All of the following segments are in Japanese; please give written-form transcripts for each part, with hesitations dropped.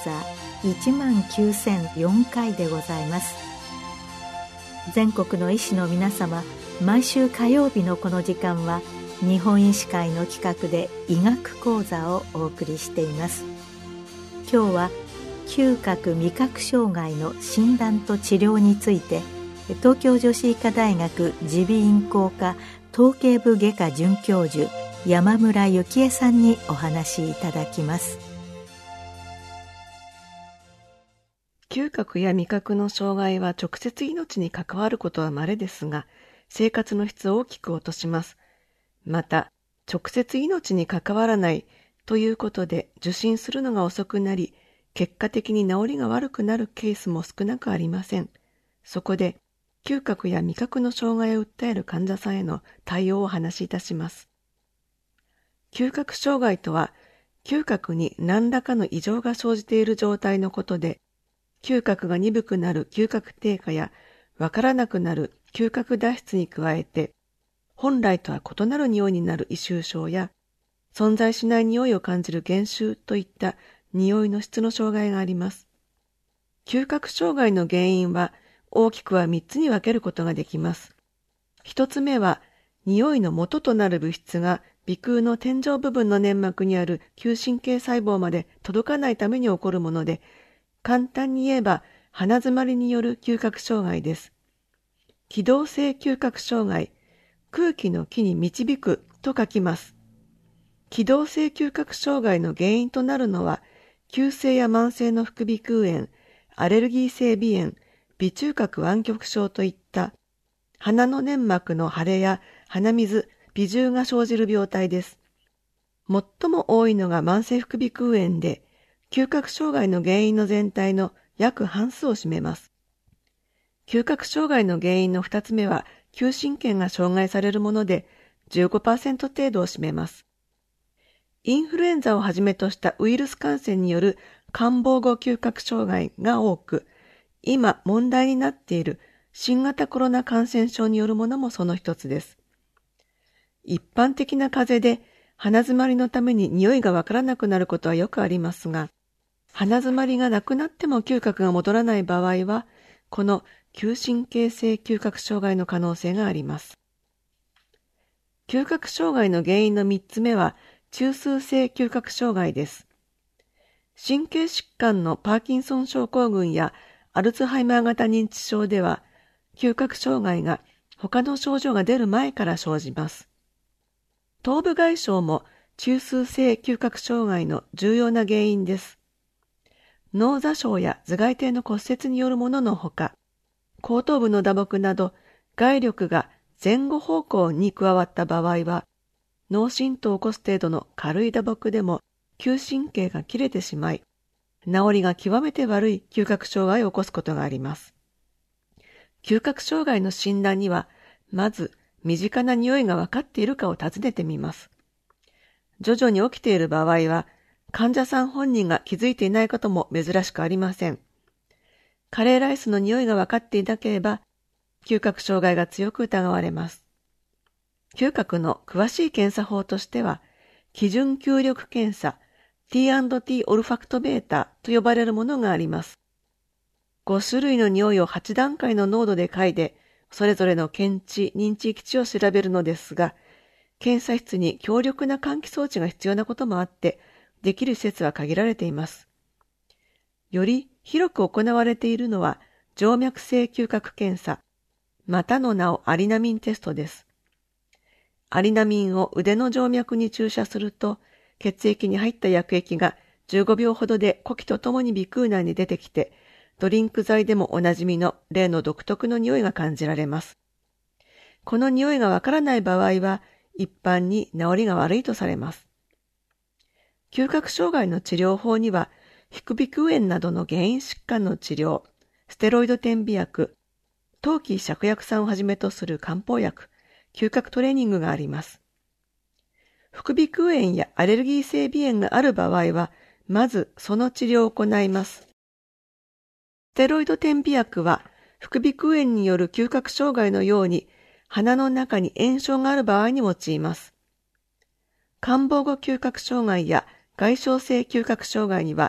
座19004回でございます。全国の医師の皆様、毎週火曜日のこの時間は日本医師会の企画で医学講座をお送りしています。今日は嗅覚味覚障害の診断と治療について、東京女子医科大学耳鼻咽喉科統計部外科准教授山村幸恵さんにお話しいただきます。 嗅覚や味覚の障害は直接命に関わることは稀ですが、生活の質を大きく落とします。また、直接命に関わらないということで受診するのが遅くなり、結果的に治りが悪くなるケースも少なくありません。そこで、嗅覚や味覚の障害を訴える患者さんへの対応をお話しいたします。嗅覚障害とは、嗅覚に何らかの異常が生じている状態のことで、嗅覚が鈍くなる嗅覚低下やわからなくなる嗅覚脱出に加えて、本来とは異なる匂いになる異臭症や、存在しない匂いを感じる減臭といった匂いの質の障害があります。嗅覚障害の原因は大きくは3つに分けることができます。1つ目は、匂いの元となる物質が鼻腔の天井部分の粘膜にある嗅神経細胞まで届かないために起こるもので、簡単に言えば鼻詰まりによる嗅覚障害です。気道性嗅覚障害、空気の気に導くと書きます。気道性嗅覚障害の原因となるのは、急性や慢性の副鼻腔炎、アレルギー性鼻炎、鼻中隔湾曲症といった鼻の粘膜の腫れや鼻水、鼻汁が生じる病態です。最も多いのが慢性副鼻腔炎で、嗅覚障害の原因の全体の約半数を占めます。嗅覚障害の原因の2つ目は、嗅神経が障害されるもので 15% 程度を占めます。インフルエンザをはじめとしたウイルス感染による感冒後嗅覚障害が多く、今問題になっている新型コロナ感染症によるものもその一つです。一般的な風邪で鼻詰まりのために匂いがわからなくなることはよくありますが、鼻詰まりがなくなっても嗅覚が戻らない場合は、この嗅神経性嗅覚障害の可能性があります。嗅覚障害の原因の3つ目は、中枢性嗅覚障害です。神経疾患のパーキンソン症候群やアルツハイマー型認知症では、嗅覚障害が他の症状が出る前から生じます。頭部外傷も中枢性嗅覚障害の重要な原因です。脳挫傷や頭蓋底の骨折によるもののほか、後頭部の打撲など外力が前後方向に加わった場合は、脳震盪を起こす程度の軽い打撲でも嗅神経が切れてしまい、治りが極めて悪い嗅覚障害を起こすことがあります。嗅覚障害の診断には、まず身近な匂いが分かっているかを尋ねてみます。徐々に起きている場合は、患者さん本人が気づいていないことも珍しくありません。カレーライスの匂いが分かっていなければ、嗅覚障害が強く疑われます。嗅覚の詳しい検査法としては、基準嗅力検査 T&T オルファクトベータと呼ばれるものがあります。5種類の匂いを8段階の濃度で嗅いで、それぞれの検知・認知域値を調べるのですが、検査室に強力な換気装置が必要なこともあって、できる施設は限られています。より広く行われているのは、静脈性嗅覚検査、またの名をアリナミンテストです。アリナミンを腕の静脈に注射すると、血液に入った薬液が15秒ほどで呼気とともに鼻腔内に出てきて、ドリンク剤でもおなじみの例の独特の匂いが感じられます。この匂いがわからない場合は、一般に治りが悪いとされます。嗅覚障害の治療法には、副鼻腔炎などの原因疾患の治療、ステロイド点鼻薬、当帰芍薬散をはじめとする漢方薬、嗅覚トレーニングがあります。副鼻腔炎やアレルギー性鼻炎がある場合は、まずその治療を行います。ステロイド点鼻薬は、副鼻腔炎による嗅覚障害のように、鼻の中に炎症がある場合に用います。感冒後嗅覚障害や外傷性嗅覚障害には、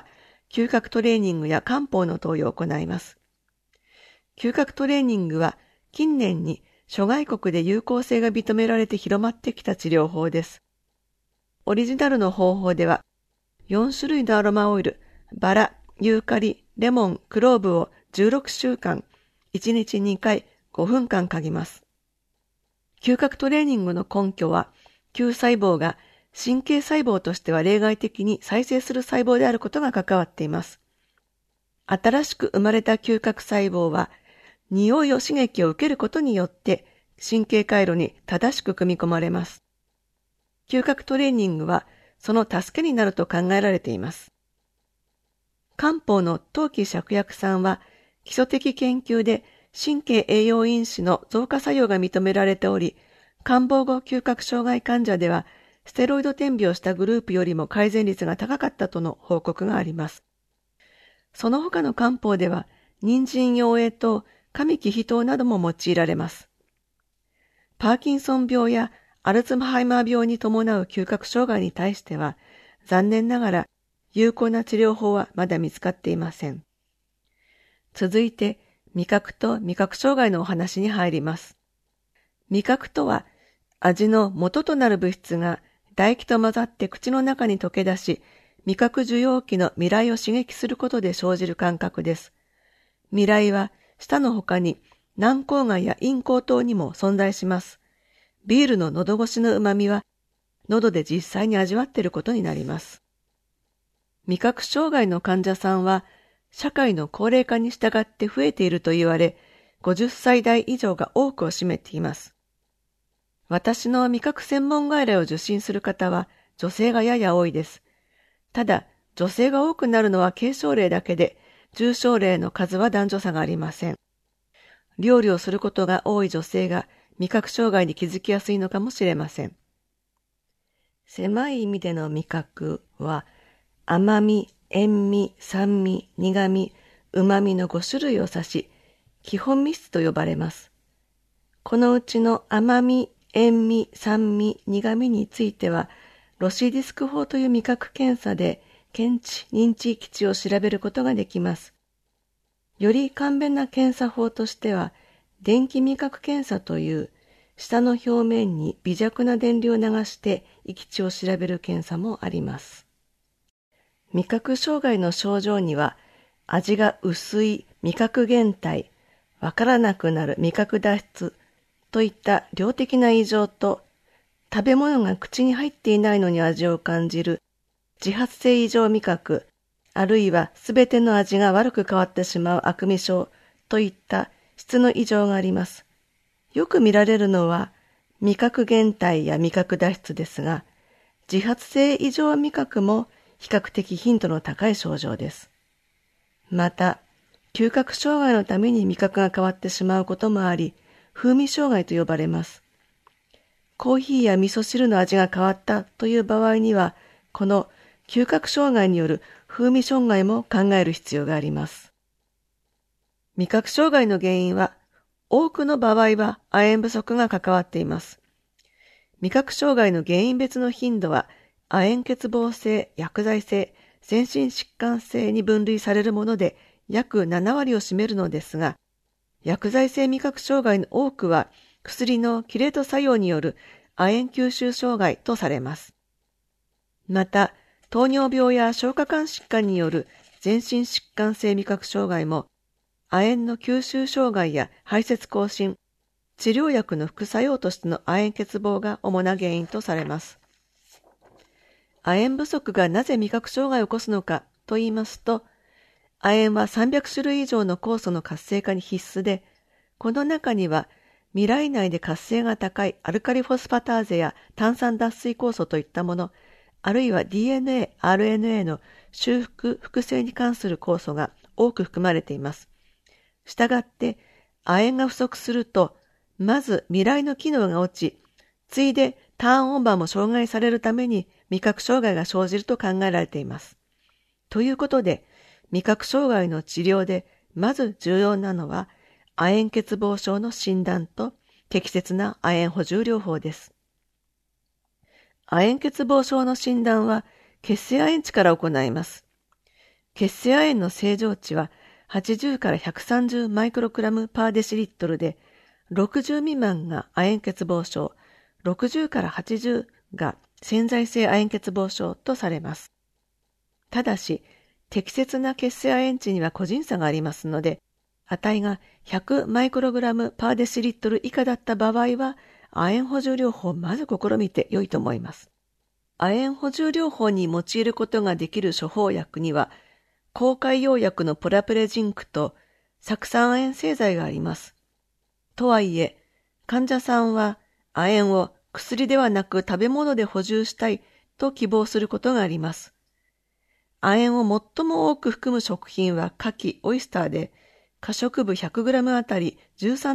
嗅覚トレーニングや漢方の投与を行います。嗅覚トレーニングは近年に諸外国で有効性が認められて広まってきた治療法です。オリジナルの方法では、4種類のアロマオイル、バラ、ユーカリ、レモン、クローブを16週間、1日2回、5分間嗅ぎます。嗅覚トレーニングの根拠は、嗅細胞が神経細胞としては例外的に再生する細胞であることが関わっています。新しく生まれた嗅覚細胞は、匂いを刺激を受けることによって神経回路に正しく組み込まれます。嗅覚トレーニングはその助けになると考えられています。漢方の当帰芍薬散は基礎的研究で神経栄養因子の増加作用が認められており、感冒後嗅覚障害患者ではステロイド点鼻をしたグループよりも改善率が高かったとの報告があります。その他の漢方では人参養栄と上木秘湯なども用いられます。パーキンソン病やアルツハイマー病に伴う嗅覚障害に対しては、残念ながら有効な治療法はまだ見つかっていません。続いて、味覚と味覚障害のお話に入ります。味覚とは、味の元となる物質が唾液と混ざって口の中に溶け出し、味覚受容器の味蕾を刺激することで生じる感覚です。味蕾は、舌の他に軟口蓋や咽喉等にも存在します。ビールの喉越しの旨味は喉で実際に味わっていることになります。味覚障害の患者さんは社会の高齢化に従って増えていると言われ、50歳代以上が多くを占めています。私の味覚専門外来を受診する方は女性がやや多いです。ただ、女性が多くなるのは軽症例だけで、重症例の数は男女差がありません。料理をすることが多い女性が味覚障害に気づきやすいのかもしれません。狭い意味での味覚は、甘み、塩味、酸味、苦味、旨味の5種類を指し、基本味質と呼ばれます。このうちの甘み、塩味、酸味、苦味については、ロシーディスク法という味覚検査で、検知、認知域値を調べることができます。より簡便な検査法としては、電気味覚検査という舌の表面に微弱な電流を流して域値を調べる検査もあります。味覚障害の症状には、味が薄い味覚減退、わからなくなる味覚脱出といった量的な異常と、食べ物が口に入っていないのに味を感じる自発性異常味覚、あるいはすべての味が悪く変わってしまう悪味症といった質の異常があります。よく見られるのは味覚減退や味覚脱出ですが、自発性異常味覚も比較的頻度の高い症状です。また、嗅覚障害のために味覚が変わってしまうこともあり、風味障害と呼ばれます。コーヒーや味噌汁の味が変わったという場合には、この嗅覚障害による風味障害も考える必要があります。味覚障害の原因は、多くの場合は亜鉛不足が関わっています。味覚障害の原因別の頻度は、亜鉛欠乏性、薬剤性、全身疾患性に分類されるもので約7割を占めるのですが、薬剤性味覚障害の多くは薬のキレート作用による亜鉛吸収障害とされます。また、糖尿病や消化管疾患による全身疾患性味覚障害も、亜鉛の吸収障害や排泄亢進、治療薬の副作用としての亜鉛欠乏が主な原因とされます。亜鉛不足がなぜ味覚障害を起こすのかと言いますと、亜鉛は300種類以上の酵素の活性化に必須で、この中には味蕾内で活性が高いアルカリフォスファターゼや炭酸脱水酵素といったもの、あるいは DNA、RNA の修復・複製に関する酵素が多く含まれています。したがって、亜鉛が不足すると、まず味蕾の機能が落ち、ついでターンオーバーも障害されるために味覚障害が生じると考えられています。ということで、味覚障害の治療でまず重要なのは、亜鉛欠乏症の診断と適切な亜鉛補充療法です。亜鉛欠乏症の診断は血清亜鉛値から行います。 血清亜鉛の正常値は80から130マイクログラムパーデシリットルで、60未満が亜鉛欠乏症、60から80が潜在性亜鉛欠乏症とされます。ただし、適切な血清亜鉛値には個人差がありますので、値が100マイクログラムパーデシリットル以下だった場合は、亜鉛補充療法をまず試みて良いと思います。亜鉛補充療法に用いることができる処方薬には、抗潰瘍薬のプラプレジンクと酢酸亜鉛製剤があります。とはいえ、患者さんは亜鉛を薬ではなく食べ物で補充したいと希望することがあります。亜鉛を最も多く含む食品は牡蠣、オイスターで、可食部 100g あたり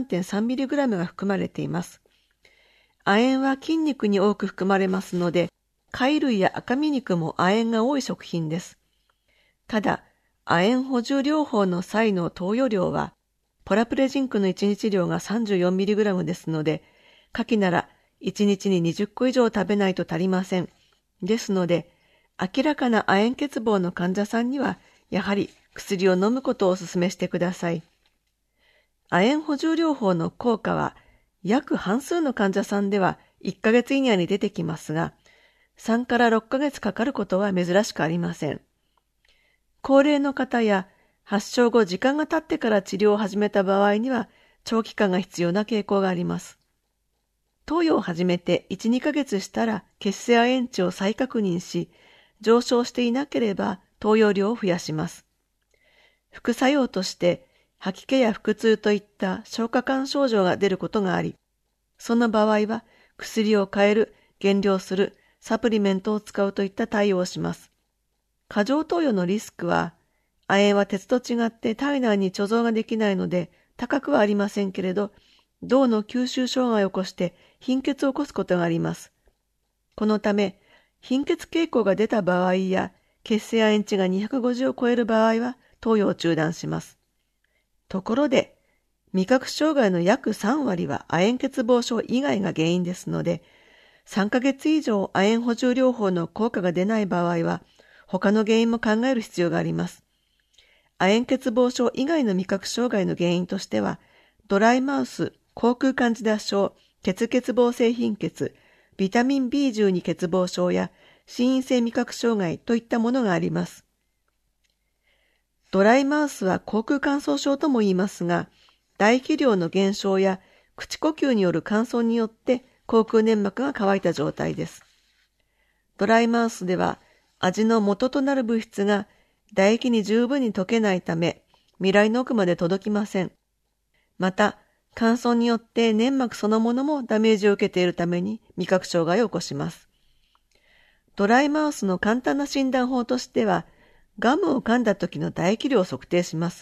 13.3mg が含まれています。亜鉛は筋肉に多く含まれますので、貝類や赤身肉も亜鉛が多い食品です。ただ、亜鉛補充療法の際の投与量は、ポラプレジンクの1日量が 34mg ですので、牡蠣なら1日に20個以上食べないと足りません。ですので、明らかな亜鉛欠乏の患者さんには、やはり薬を飲むことをお勧めしてください。亜鉛補充療法の効果は、約半数の患者さんでは1ヶ月以内に出てきますが、3から6ヶ月かかることは珍しくありません。高齢の方や発症後時間が経ってから治療を始めた場合には長期間が必要な傾向があります。投与を始めて 1,2 ヶ月したら血清亜鉛値を再確認し、上昇していなければ投与量を増やします。副作用として吐き気や腹痛といった消化管症状が出ることがあり、その場合は薬を変える、減量する、サプリメントを使うといった対応をします。過剰投与のリスクは、亜鉛は鉄と違って体内に貯蔵ができないので高くはありませんけれど、銅の吸収障害を起こして貧血を起こすことがあります。このため、貧血傾向が出た場合や、血清亜鉛値が250を超える場合は投与を中断します。ところで、味覚障害の約3割は亜鉛欠乏症以外が原因ですので、3ヶ月以上亜鉛補充療法の効果が出ない場合は、他の原因も考える必要があります。亜鉛欠乏症以外の味覚障害の原因としては、ドライマウス、口腔間自脱症、血欠乏性貧血、ビタミン B12 欠乏症や心因性味覚障害といったものがあります。ドライマウスは口腔乾燥症とも言いますが、唾液量の減少や口呼吸による乾燥によって口腔粘膜が乾いた状態です。ドライマウスでは味の元となる物質が唾液に十分に溶けないため、味蕾の奥まで届きません。また、乾燥によって粘膜そのものもダメージを受けているために味覚障害を起こします。ドライマウスの簡単な診断法としては、ガムを噛んだ時の唾液量を測定します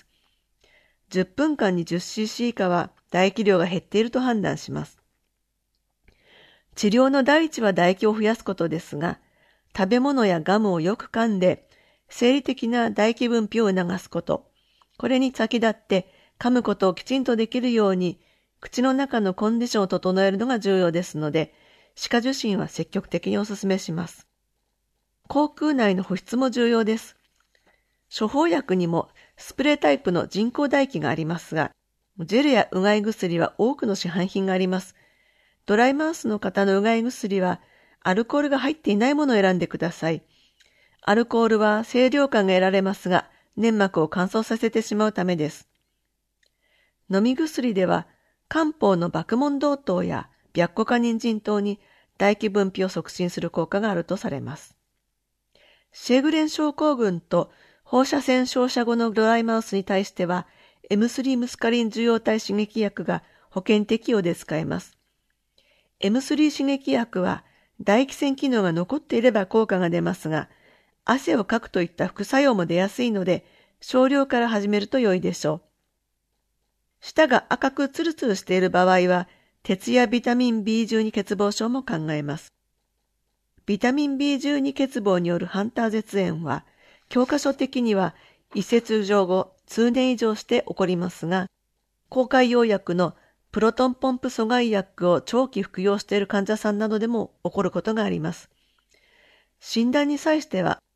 。10分間に 10cc 以下は唾液量が減っていると判断します。治療の第一は唾液を増やすことですが、食べ物やガムをよく噛んで、生理的な唾液分泌を促すこと、これに先立って噛むことをきちんとできるように、口の中のコンディションを整えるのが重要ですので、歯科受診は積極的にお勧めします。口腔内の保湿も重要です。処方薬にもスプレータイプの人工唾液がありますが、ジェルやうがい薬は多くの市販品があります。ドライマウスの方のうがい薬は、アルコールが入っていないものを選んでください。アルコールは清涼感が得られますが、粘膜を乾燥させてしまうためです。飲み薬では、漢方の麦門同糖や白虎化人参糖に唾液分泌を促進する効果があるとされます。シェーグレン症候群と放射線照射後のドライマウスに対しては、M3 ムスカリン受容体刺激薬が保険適用で使えます。M3 刺激薬は唾液腺機能が残っていれば効果が出ますが、汗をかくといった副作用も出やすいので、少量から始めると良いでしょう。舌が赤くツルツルしている場合は、鉄やビタミン B12 欠乏症も考えます。ビタミン B12 欠乏によるハンター絶縁は、教科書的には移設上後数年以上して起こりますが、抗潰瘍薬のプロトンポンプ阻害薬を長期服用している患者さんなどでも起こることがあります。診断に際しては、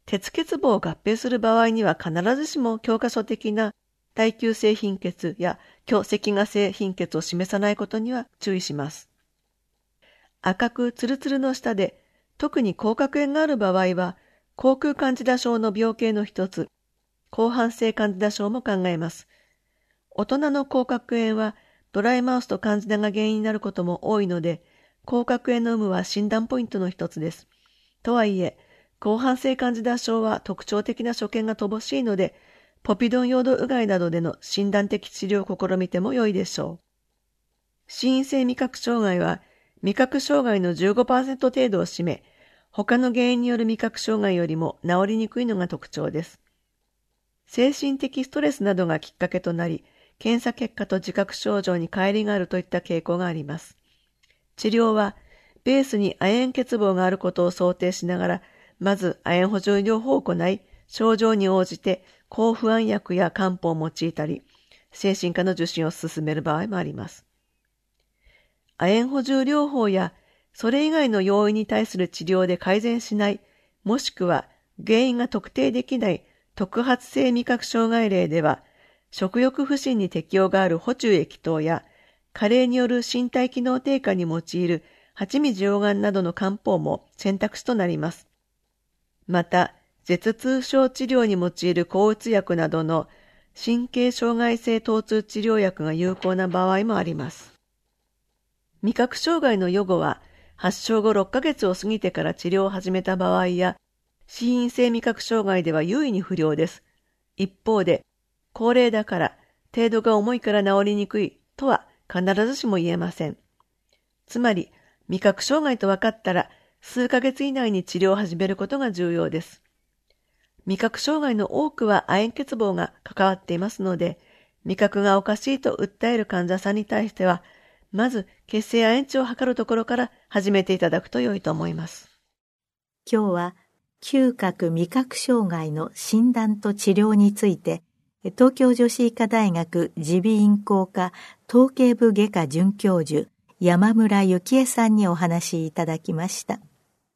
鉄欠乏を合併する場合には必ずしも教科書的な耐久性貧血や強赤芽性貧血を示さないことには注意します。赤くツルツルの舌で特に口角炎がある場合は、口腔カンジダ症の病形の一つ、広汎性カンジダ症も考えます。大人の口角炎はドライマウスとカンジダが原因になることも多いので、口角炎の有無は診断ポイントの一つです。とはいえ、広汎性カンジダ症は特徴的な所見が乏しいので、ポピドン用土うがいなどでの診断的治療を試みても良いでしょう。心因性味覚障害は、味覚障害の 15% 程度を占め、他の原因による味覚障害よりも治りにくいのが特徴です。精神的ストレスなどがきっかけとなり、検査結果と自覚症状に乖離があるといった傾向があります。治療は、ベースに亜鉛欠乏があることを想定しながら、まず亜鉛補充療法を行い、症状に応じて抗不安薬や漢方を用いたり、精神科の受診を勧める場合もあります。亜鉛補充療法やそれ以外の要因に対する治療で改善しない、もしくは原因が特定できない特発性味覚障害例では、食欲不振に適用がある補充液等や、加齢による身体機能低下に用いる蜂蜜溶岩などの漢方も選択肢となります。また、舌痛症治療に用いる抗うつ薬などの神経障害性疼痛治療薬が有効な場合もあります。味覚障害の予後は、発症後6ヶ月を過ぎてから治療を始めた場合や、心因性味覚障害では優位に不良です。一方で、高齢だから程度が重いから治りにくいとは必ずしも言えません。つまり、味覚障害と分かったら、数ヶ月以内に治療を始めることが重要です。味覚障害の多くは亜鉛欠乏が関わっていますので、味覚がおかしいと訴える患者さんに対しては、まず血清亜鉛値を測るところから始めていただくと良いと思います。 今日は嗅覚味覚障害の診断と治療について、東京女子医科大学耳鼻咽喉科頭頸部外科准教授山村幸恵さんにお話しいただきました。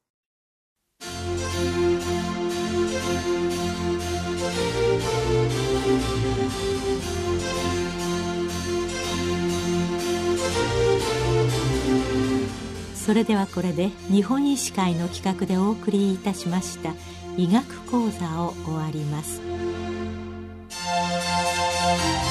それではこれで日本医師会の企画でお送りいたしました医学講座を終わります。